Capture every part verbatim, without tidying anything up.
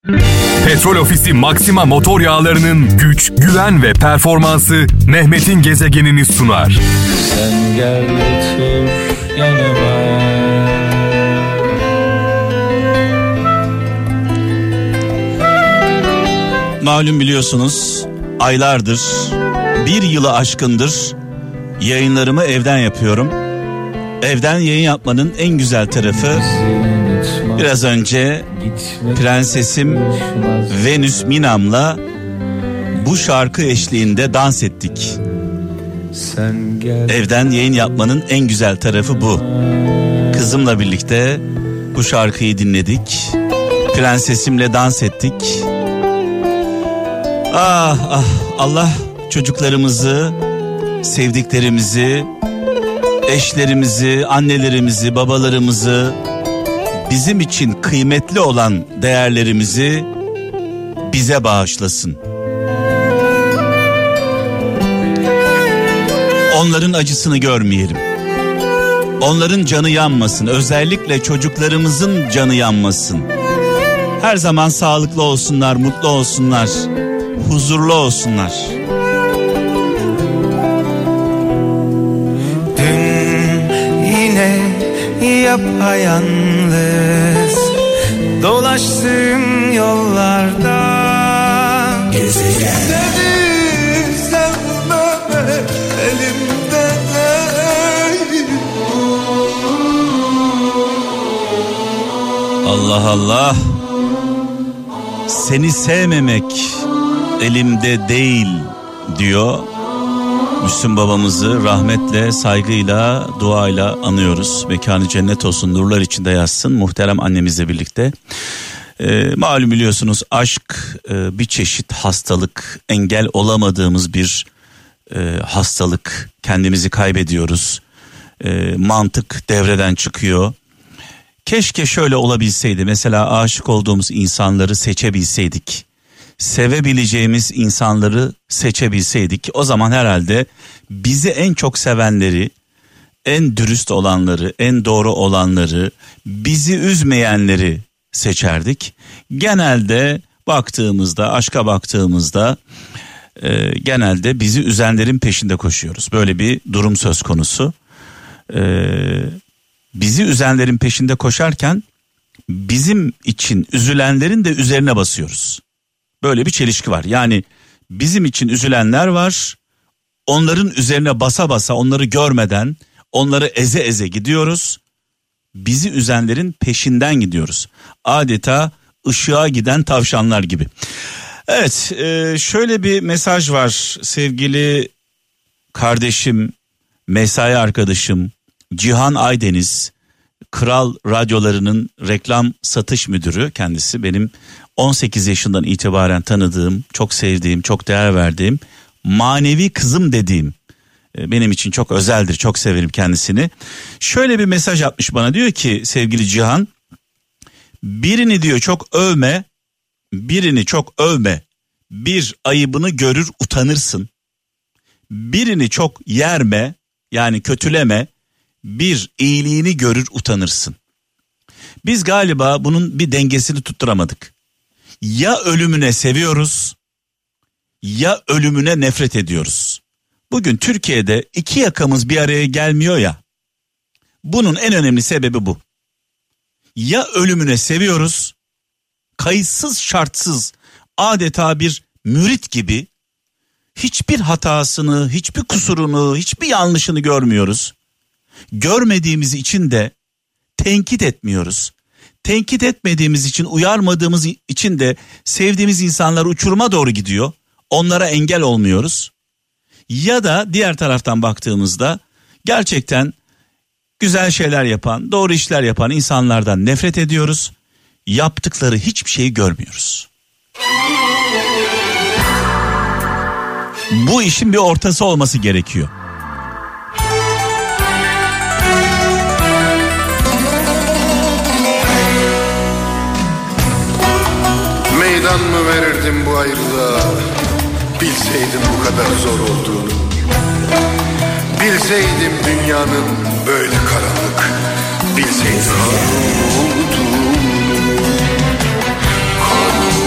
Petrol Ofisi Maxima motor yağlarının güç, güven ve performansı Mehmet'in gezegenini sunar. Sen gel otur yanıma. Malum biliyorsunuz aylardır, bir yılı aşkındır yayınlarımı evden yapıyorum. Evden yayın yapmanın en güzel tarafı, biraz önce prensesim Venüs Minam'la bu şarkı eşliğinde dans ettik. Evden yayın yapmanın en güzel tarafı bu. Kızımla birlikte bu şarkıyı dinledik. Prensesimle dans ettik. Ah ah, Allah çocuklarımızı, sevdiklerimizi, eşlerimizi, annelerimizi, babalarımızı, bizim için kıymetli olan değerlerimizi bize bağışlasın. Onların acısını görmeyelim. Onların canı yanmasın. Özellikle çocuklarımızın canı yanmasın. Her zaman sağlıklı olsunlar, mutlu olsunlar, huzurlu olsunlar. Yapayalnız dolaştığım yollarda gezegen seni sevmeme elimde değil. Allah Allah, seni sevmemek elimde değil diyor. Müslüm babamızı rahmetle, saygıyla, duayla anıyoruz. Mekanı cennet olsun, nurlar içinde yatsın. Muhterem annemizle birlikte. Ee, malum biliyorsunuz aşk e, bir çeşit hastalık, engel olamadığımız bir e, hastalık. Kendimizi kaybediyoruz. E, mantık devreden çıkıyor. Keşke şöyle olabilseydi. Mesela aşık olduğumuz insanları seçebilseydik. Sevebileceğimiz insanları seçebilseydik, o zaman herhalde bizi en çok sevenleri, en dürüst olanları, en doğru olanları, bizi üzmeyenleri seçerdik. Genelde baktığımızda, aşka baktığımızda e, genelde bizi üzenlerin peşinde koşuyoruz. Böyle bir durum söz konusu. E, bizi üzenlerin peşinde koşarken bizim için üzülenlerin de üzerine basıyoruz. Böyle bir çelişki var. Yani bizim için üzülenler var. Onların üzerine basa basa, onları görmeden, onları eze eze gidiyoruz. Bizi üzenlerin peşinden gidiyoruz. Adeta ışığa giden tavşanlar gibi. Evet, şöyle bir mesaj var sevgili kardeşim, mesai arkadaşım Cihan Aydeniz. Kral Radyoları'nın reklam satış müdürü kendisi. Benim on sekiz yaşından itibaren tanıdığım, çok sevdiğim, çok değer verdiğim, manevi kızım dediğim, benim için çok özeldir, çok severim kendisini. Şöyle bir mesaj atmış bana, diyor ki sevgili Cihan, birini diyor çok övme, birini çok övme, bir ayıbını görür utanırsın. Birini çok yerme, yani kötüleme, bir iyiliğini görür utanırsın. Biz galiba bunun bir dengesini tutturamadık. Ya ölümüne seviyoruz, ya ölümüne nefret ediyoruz. Bugün Türkiye'de iki yakamız bir araya gelmiyor ya. Bunun en önemli sebebi bu. Ya ölümüne seviyoruz, kayıtsız şartsız, adeta bir mürit gibi hiçbir hatasını, hiçbir kusurunu, hiçbir yanlışını görmüyoruz. Görmediğimiz için de tenkit etmiyoruz. Tenkit etmediğimiz için, uyarmadığımız için de sevdiğimiz insanlar uçuruma doğru gidiyor. Onlara engel olmuyoruz. Ya da diğer taraftan baktığımızda gerçekten güzel şeyler yapan, doğru işler yapan insanlardan nefret ediyoruz. Yaptıkları hiçbir şeyi görmüyoruz. Bu işin bir ortası olması gerekiyor. Meydan mı verirdim bu ayrılığa? Bilseydim bu kadar zor olduğunu. Bilseydim dünyanın böyle karanlık. Bilseydim karanlık olduğunu. Karanlık.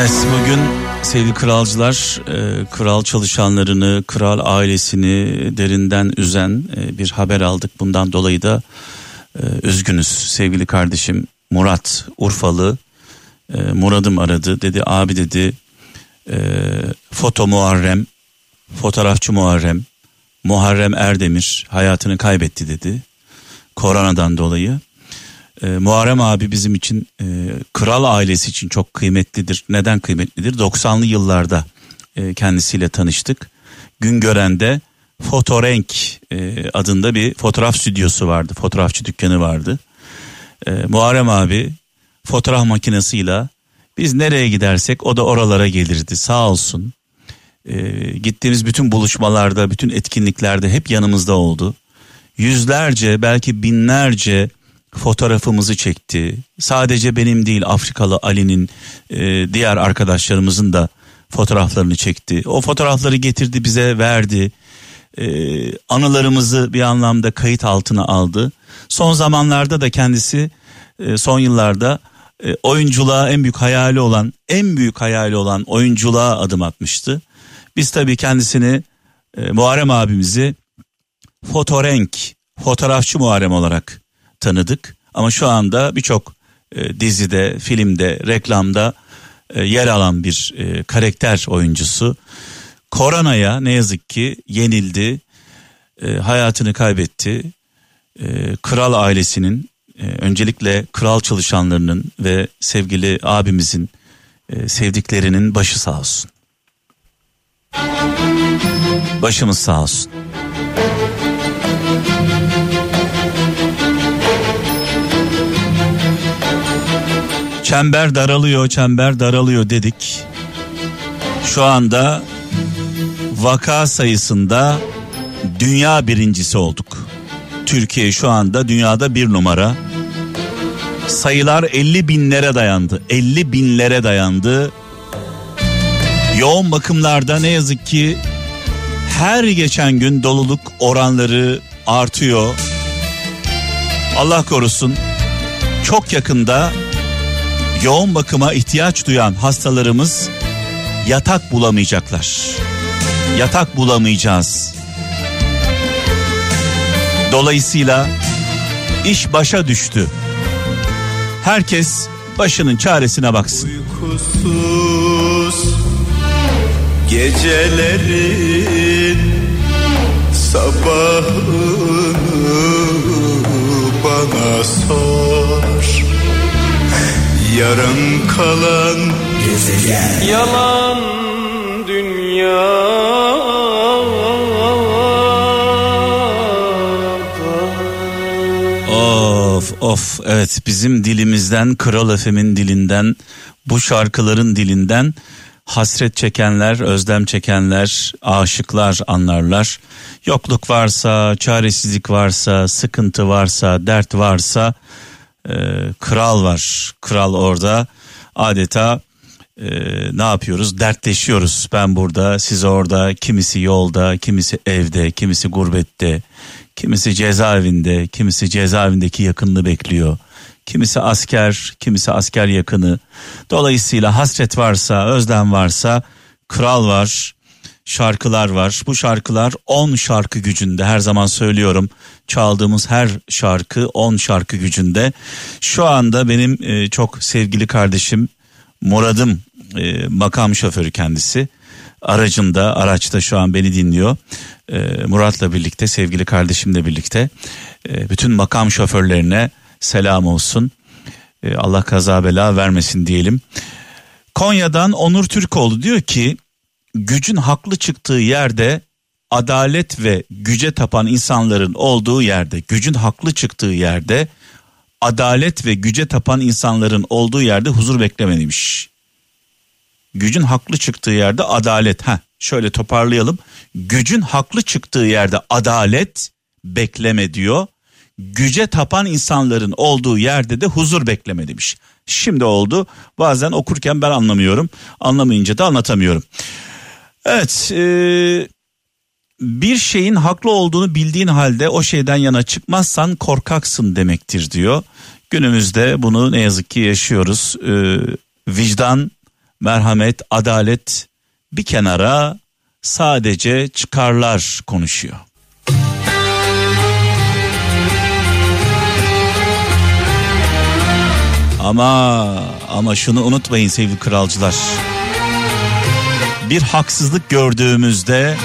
Evet, bugün sevgili kralcılar, e, kral çalışanlarını, kral ailesini derinden üzen e, bir haber aldık. Bundan dolayı da e, üzgünüz. Sevgili kardeşim Murat Urfalı, e, Murat'ım aradı, dedi abi dedi e, foto Muharrem, fotoğrafçı Muharrem, Muharrem Erdemir hayatını kaybetti dedi koronadan dolayı. Ee, Muharrem abi bizim için, e, kral ailesi için çok kıymetlidir. Neden kıymetlidir? doksanlı yıllarda e, kendisiyle tanıştık. Güngören'de Fotorenk e, adında bir fotoğraf stüdyosu vardı. Fotoğrafçı dükkanı vardı. E, Muharrem abi fotoğraf makinesiyle biz nereye gidersek o da oralara gelirdi, sağ olsun. E, gittiğimiz bütün buluşmalarda, bütün etkinliklerde hep yanımızda oldu. Yüzlerce, belki binlerce fotoğrafımızı çekti. Sadece benim değil, Afrikalı Ali'nin, e, diğer arkadaşlarımızın da fotoğraflarını çekti. O fotoğrafları getirdi, bize verdi. E, anılarımızı bir anlamda kayıt altına aldı. Son zamanlarda da kendisi, e, son yıllarda e, oyunculuğa en büyük hayali olan, en büyük hayali olan oyunculuğa adım atmıştı. Biz tabii kendisini, e, Muharrem abimizi Fotorenk, fotoğrafçı Muharrem olarak tanıdık. Ama şu anda birçok e, dizide, filmde, reklamda e, yer alan bir e, karakter oyuncusu. Koronaya ne yazık ki yenildi, e, hayatını kaybetti. E, kral ailesinin, e, öncelikle kral çalışanlarının ve sevgili abimizin, e, sevdiklerinin başı sağ olsun. Başımız sağ olsun. Çember daralıyor, çember daralıyor dedik. Şu anda vaka sayısında dünya birincisi olduk. Türkiye şu anda dünyada bir numara. Sayılar elli binlere dayandı. elli binlere dayandı. Yoğun bakımlarda ne yazık ki her geçen gün doluluk oranları artıyor. Allah korusun, çok yakında yoğun bakıma ihtiyaç duyan hastalarımız yatak bulamayacaklar. Yatak bulamayacağız. Dolayısıyla iş başa düştü. Herkes başının çaresine baksın. Uykusuz gecelerin sabahını bana sor. Yarın kalan gezegen, yalan dünya. Of of, evet, bizim dilimizden, Kral F M'in dilinden, bu şarkıların dilinden hasret çekenler, özlem çekenler, aşıklar anlarlar. Yokluk varsa, çaresizlik varsa, sıkıntı varsa, dert varsa e, kral var. Kral orada adeta e, ne yapıyoruz? Dertleşiyoruz. Ben burada, siz orada, kimisi yolda, kimisi evde, kimisi gurbette, kimisi cezaevinde, kimisi cezaevindeki yakınını bekliyor. Kimisi asker, kimisi asker yakını. Dolayısıyla hasret varsa, özlem varsa kral var, şarkılar var. Bu şarkılar on şarkı gücünde, her zaman söylüyorum. Çaldığımız her şarkı on şarkı gücünde. Şu anda benim e, çok sevgili kardeşim Murat'ım, e, makam şoförü kendisi. Aracında, araçta şu an beni dinliyor. E, Murat'la birlikte, sevgili kardeşimle birlikte e, bütün makam şoförlerine selam olsun. Ee, Allah kaza bela vermesin diyelim. Konya'dan Onur Türkoğlu diyor ki, gücün haklı çıktığı yerde, adalet ve güce tapan insanların olduğu yerde, gücün haklı çıktığı yerde, adalet ve güce tapan insanların olduğu yerde huzur bekleme demiş. Gücün haklı çıktığı yerde adalet. Ha, şöyle toparlayalım. Gücün haklı çıktığı yerde adalet bekleme diyor. Güce tapan insanların olduğu yerde de huzur bekleme demiş. Şimdi oldu. Bazen okurken ben anlamıyorum. Anlamayınca da anlatamıyorum. Evet. E, bir şeyin haklı olduğunu bildiğin halde o şeyden yana çıkmazsan korkaksın demektir diyor. Günümüzde bunu ne yazık ki yaşıyoruz. E, vicdan merhamet, adalet bir kenara, sadece çıkarlar konuşuyor. Ama ama şunu unutmayın sevgili kralcılar. Bir haksızlık gördüğümüzde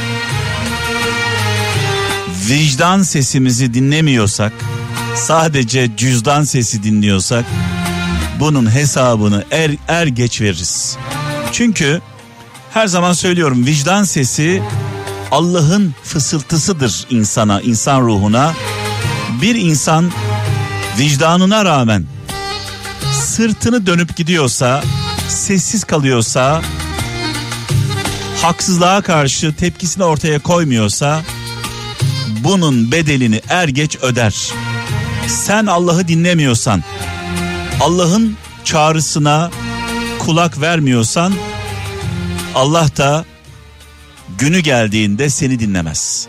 vicdan sesimizi dinlemiyorsak, sadece cüzdan sesi dinliyorsak bunun hesabını er, er geç veririz. Çünkü her zaman söylüyorum, vicdan sesi Allah'ın fısıltısıdır insana, insan ruhuna. Bir insan vicdanına rağmen sırtını dönüp gidiyorsa, sessiz kalıyorsa, haksızlığa karşı tepkisini ortaya koymuyorsa bunun bedelini er geç öder. Sen Allah'ı dinlemiyorsan, Allah'ın çağrısına kulak vermiyorsan, Allah da günü geldiğinde seni dinlemez.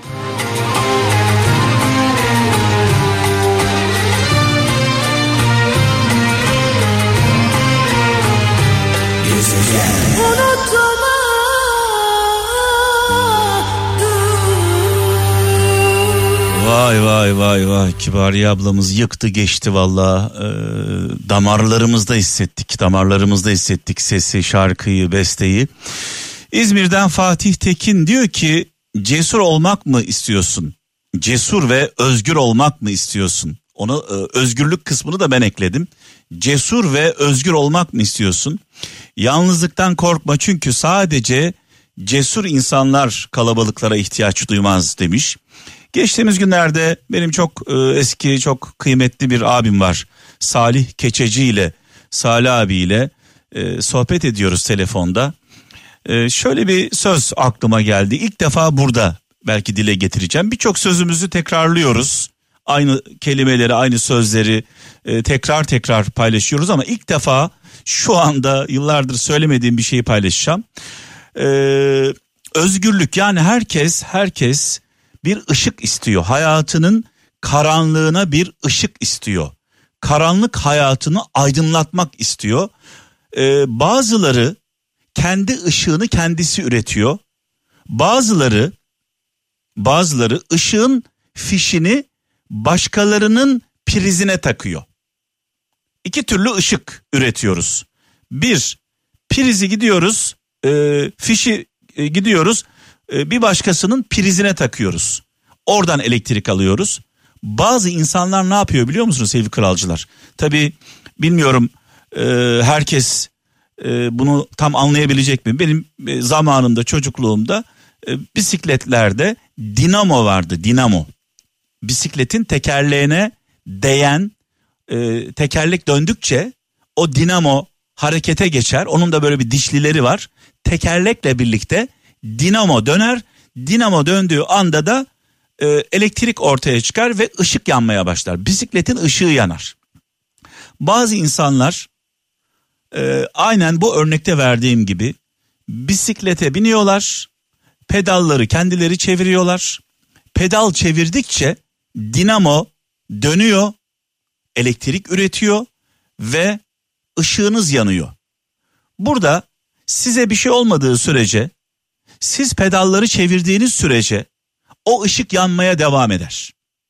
Vay vay vay vay, Kibariye ablamız yıktı geçti valla. Ee, damarlarımızda hissettik, damarlarımızda hissettik sesi, şarkıyı, besteyi. İzmir'den Fatih Tekin diyor ki, cesur olmak mı istiyorsun? Cesur ve özgür olmak mı istiyorsun? Onu e, özgürlük kısmını da ben ekledim. Cesur ve özgür olmak mı istiyorsun? Yalnızlıktan korkma, çünkü sadece cesur insanlar kalabalıklara ihtiyaç duymaz demiş. Geçtiğimiz günlerde benim çok e, eski, çok kıymetli bir abim var. Salih Keçeci ile, Salih abiyle e, sohbet ediyoruz telefonda. E, şöyle bir söz aklıma geldi. İlk defa burada belki dile getireceğim. Birçok sözümüzü tekrarlıyoruz. Aynı kelimeleri, aynı sözleri e, tekrar tekrar paylaşıyoruz ama ilk defa şu anda yıllardır söylemediğim bir şeyi paylaşacağım. E, özgürlük, yani herkes herkes bir ışık istiyor. Hayatının karanlığına bir ışık istiyor. Karanlık hayatını aydınlatmak istiyor. Ee, bazıları kendi ışığını kendisi üretiyor. Bazıları bazıları ışığın fişini başkalarının prizine takıyor. İki türlü ışık üretiyoruz. Bir, prizi gidiyoruz, e, fişi e, gidiyoruz. Bir başkasının prizine takıyoruz. Oradan elektrik alıyoruz. Bazı insanlar ne yapıyor biliyor musunuz sevgili kralcılar? Tabii bilmiyorum e, herkes e, bunu tam anlayabilecek mi? Benim e, zamanımda, çocukluğumda e, bisikletlerde dinamo vardı, dinamo. Bisikletin tekerleğine değen, e, tekerlek döndükçe o dinamo harekete geçer. Onun da böyle bir dişlileri var. Tekerlekle birlikte dinamo döner. Dinamo döndüğü anda da e, elektrik ortaya çıkar ve ışık yanmaya başlar. Bisikletin ışığı yanar. Bazı insanlar e, aynen bu örnekte verdiğim gibi bisiklete biniyorlar. Pedalları kendileri çeviriyorlar. Pedal çevirdikçe dinamo dönüyor. Elektrik üretiyor ve ışığınız yanıyor. Burada size bir şey olmadığı sürece, siz pedalları çevirdiğiniz sürece o ışık yanmaya devam eder.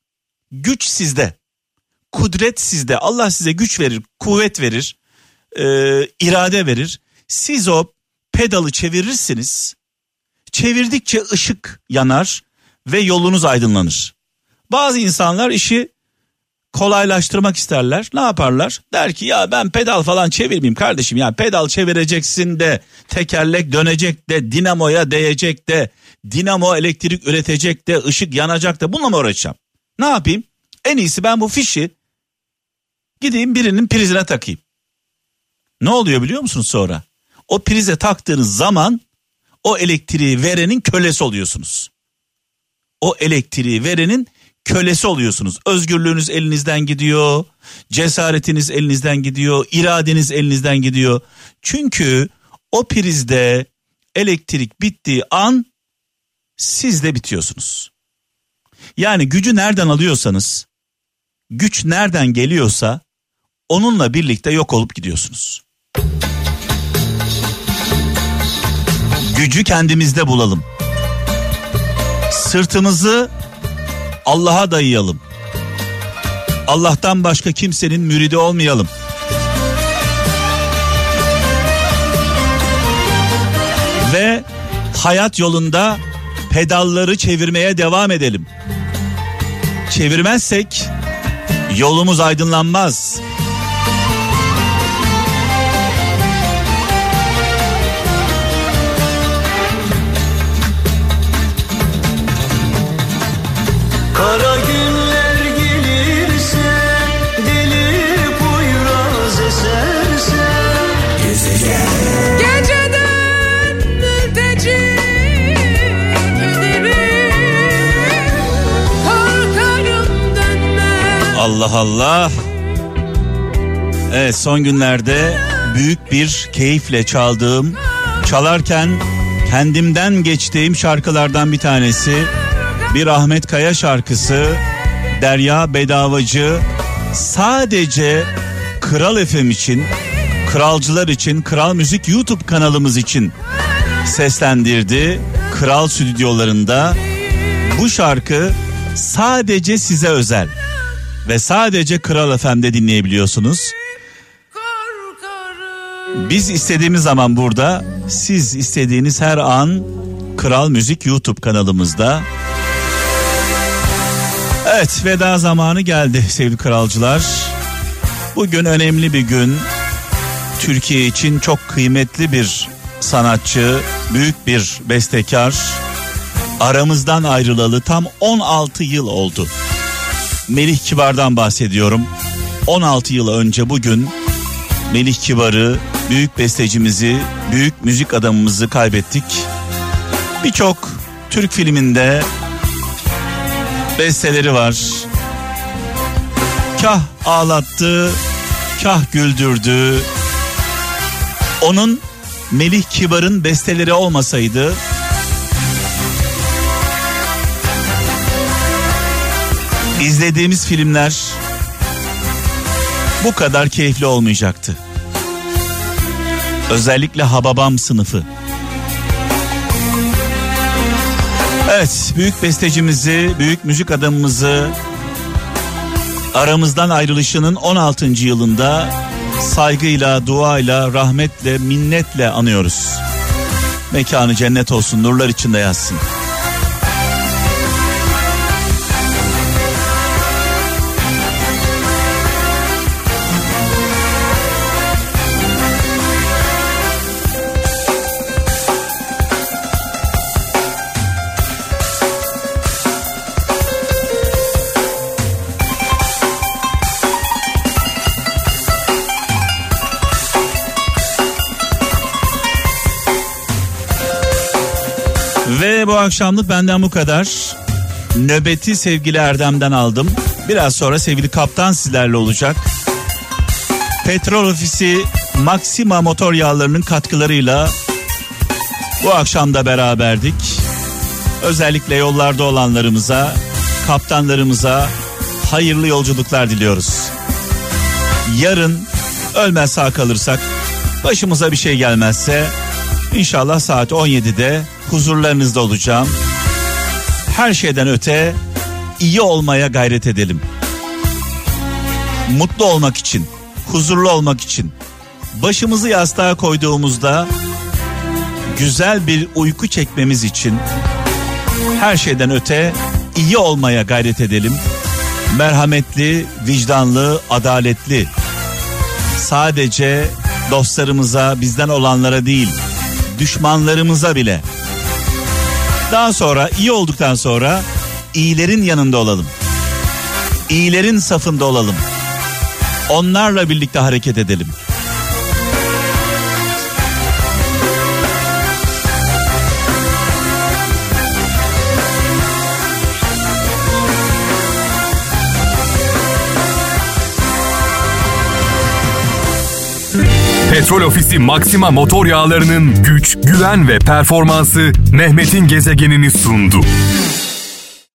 Güç sizde, kudret sizde. Allah size güç verir, kuvvet verir, e, irade verir. Siz o pedalı çevirirsiniz. Çevirdikçe ışık yanar ve yolunuz aydınlanır. Bazı insanlar işi kolaylaştırmak isterler. Ne yaparlar? Der ki ya ben pedal falan çevirmeyeyim kardeşim. Ya pedal çevireceksin de, tekerlek dönecek de, dinamoya değecek de, dinamo elektrik üretecek de, ışık yanacak da, bununla mı uğraşacağım? Ne yapayım? En iyisi ben bu fişi gideyim birinin prizine takayım. Ne oluyor biliyor musunuz sonra? O prize taktığınız zaman o elektriği verenin kölesi oluyorsunuz. O elektriği verenin kölesi oluyorsunuz. Özgürlüğünüz elinizden gidiyor. Cesaretiniz elinizden gidiyor. İradeniz elinizden gidiyor. Çünkü o prizde elektrik bittiği an siz de bitiyorsunuz. Yani gücü nereden alıyorsanız, güç nereden geliyorsa onunla birlikte yok olup gidiyorsunuz. gücü kendimizde bulalım. Sırtımızı Allah'a dayayalım. Allah'tan başka kimsenin müridi olmayalım. Ve hayat yolunda pedalları çevirmeye devam edelim. Çevirmezsek yolumuz aydınlanmaz. Kara günler gelirse, deli poyraz eserse, geceden mülteci giderim, korkarım dönmem. Allah Allah. Evet, son günlerde büyük bir keyifle çaldığım, çalarken kendimden geçtiğim şarkılardan bir tanesi. Bir Ahmet Kaya şarkısı, Derya Bedavacı sadece Kral F M için, kralcılar için, Kral Müzik YouTube kanalımız için seslendirdi. Kral stüdyolarında bu şarkı sadece size özel ve sadece Kral F M'de dinleyebiliyorsunuz. Biz istediğimiz zaman burada, siz istediğiniz her an Kral Müzik YouTube kanalımızda. Evet, veda zamanı geldi sevgili kralcılar. Bugün önemli bir gün. Türkiye için çok kıymetli bir sanatçı, büyük bir bestekar. Aramızdan ayrılalı tam on altı yıl oldu. Melih Kibar'dan bahsediyorum. on altı yıl önce bugün Melih Kibar'ı, büyük bestecimizi, büyük müzik adamımızı kaybettik. Birçok Türk filminde besteleri var. Kah ağlattı, kah güldürdü. Onun, Melih Kibar'ın besteleri olmasaydı izlediğimiz filmler bu kadar keyifli olmayacaktı. Özellikle Hababam Sınıfı. Evet, büyük bestecimizi, büyük müzik adamımızı aramızdan ayrılışının on altıncı yılında saygıyla, duayla, rahmetle, minnetle anıyoruz. Mekanı cennet olsun, nurlar içinde yatsın. Ve bu akşamlık benden bu kadar. Nöbeti sevgili Erdem'den aldım. Biraz sonra sevgili kaptan sizlerle olacak. Petrol Ofisi Maxima motor yağlarının katkılarıyla bu akşam da beraberdik. Özellikle yollarda olanlarımıza, kaptanlarımıza hayırlı yolculuklar diliyoruz. Yarın ölmez sağ kalırsak, başımıza bir şey gelmezse İnşallah saat on yedide huzurlarınızda olacağım. Her şeyden öte iyi olmaya gayret edelim. Mutlu olmak için, huzurlu olmak için, başımızı yastığa koyduğumuzda güzel bir uyku çekmemiz için her şeyden öte iyi olmaya gayret edelim. Merhametli, vicdanlı, adaletli. Sadece dostlarımıza, bizden olanlara değil, düşmanlarımıza bile. Daha sonra, iyi olduktan sonra iyilerin yanında olalım. İyilerin safında olalım. Onlarla birlikte hareket edelim. Petrol Ofisi Maxima motor yağlarının güç, güven ve performansı Mehmet'in gezegenini sundu.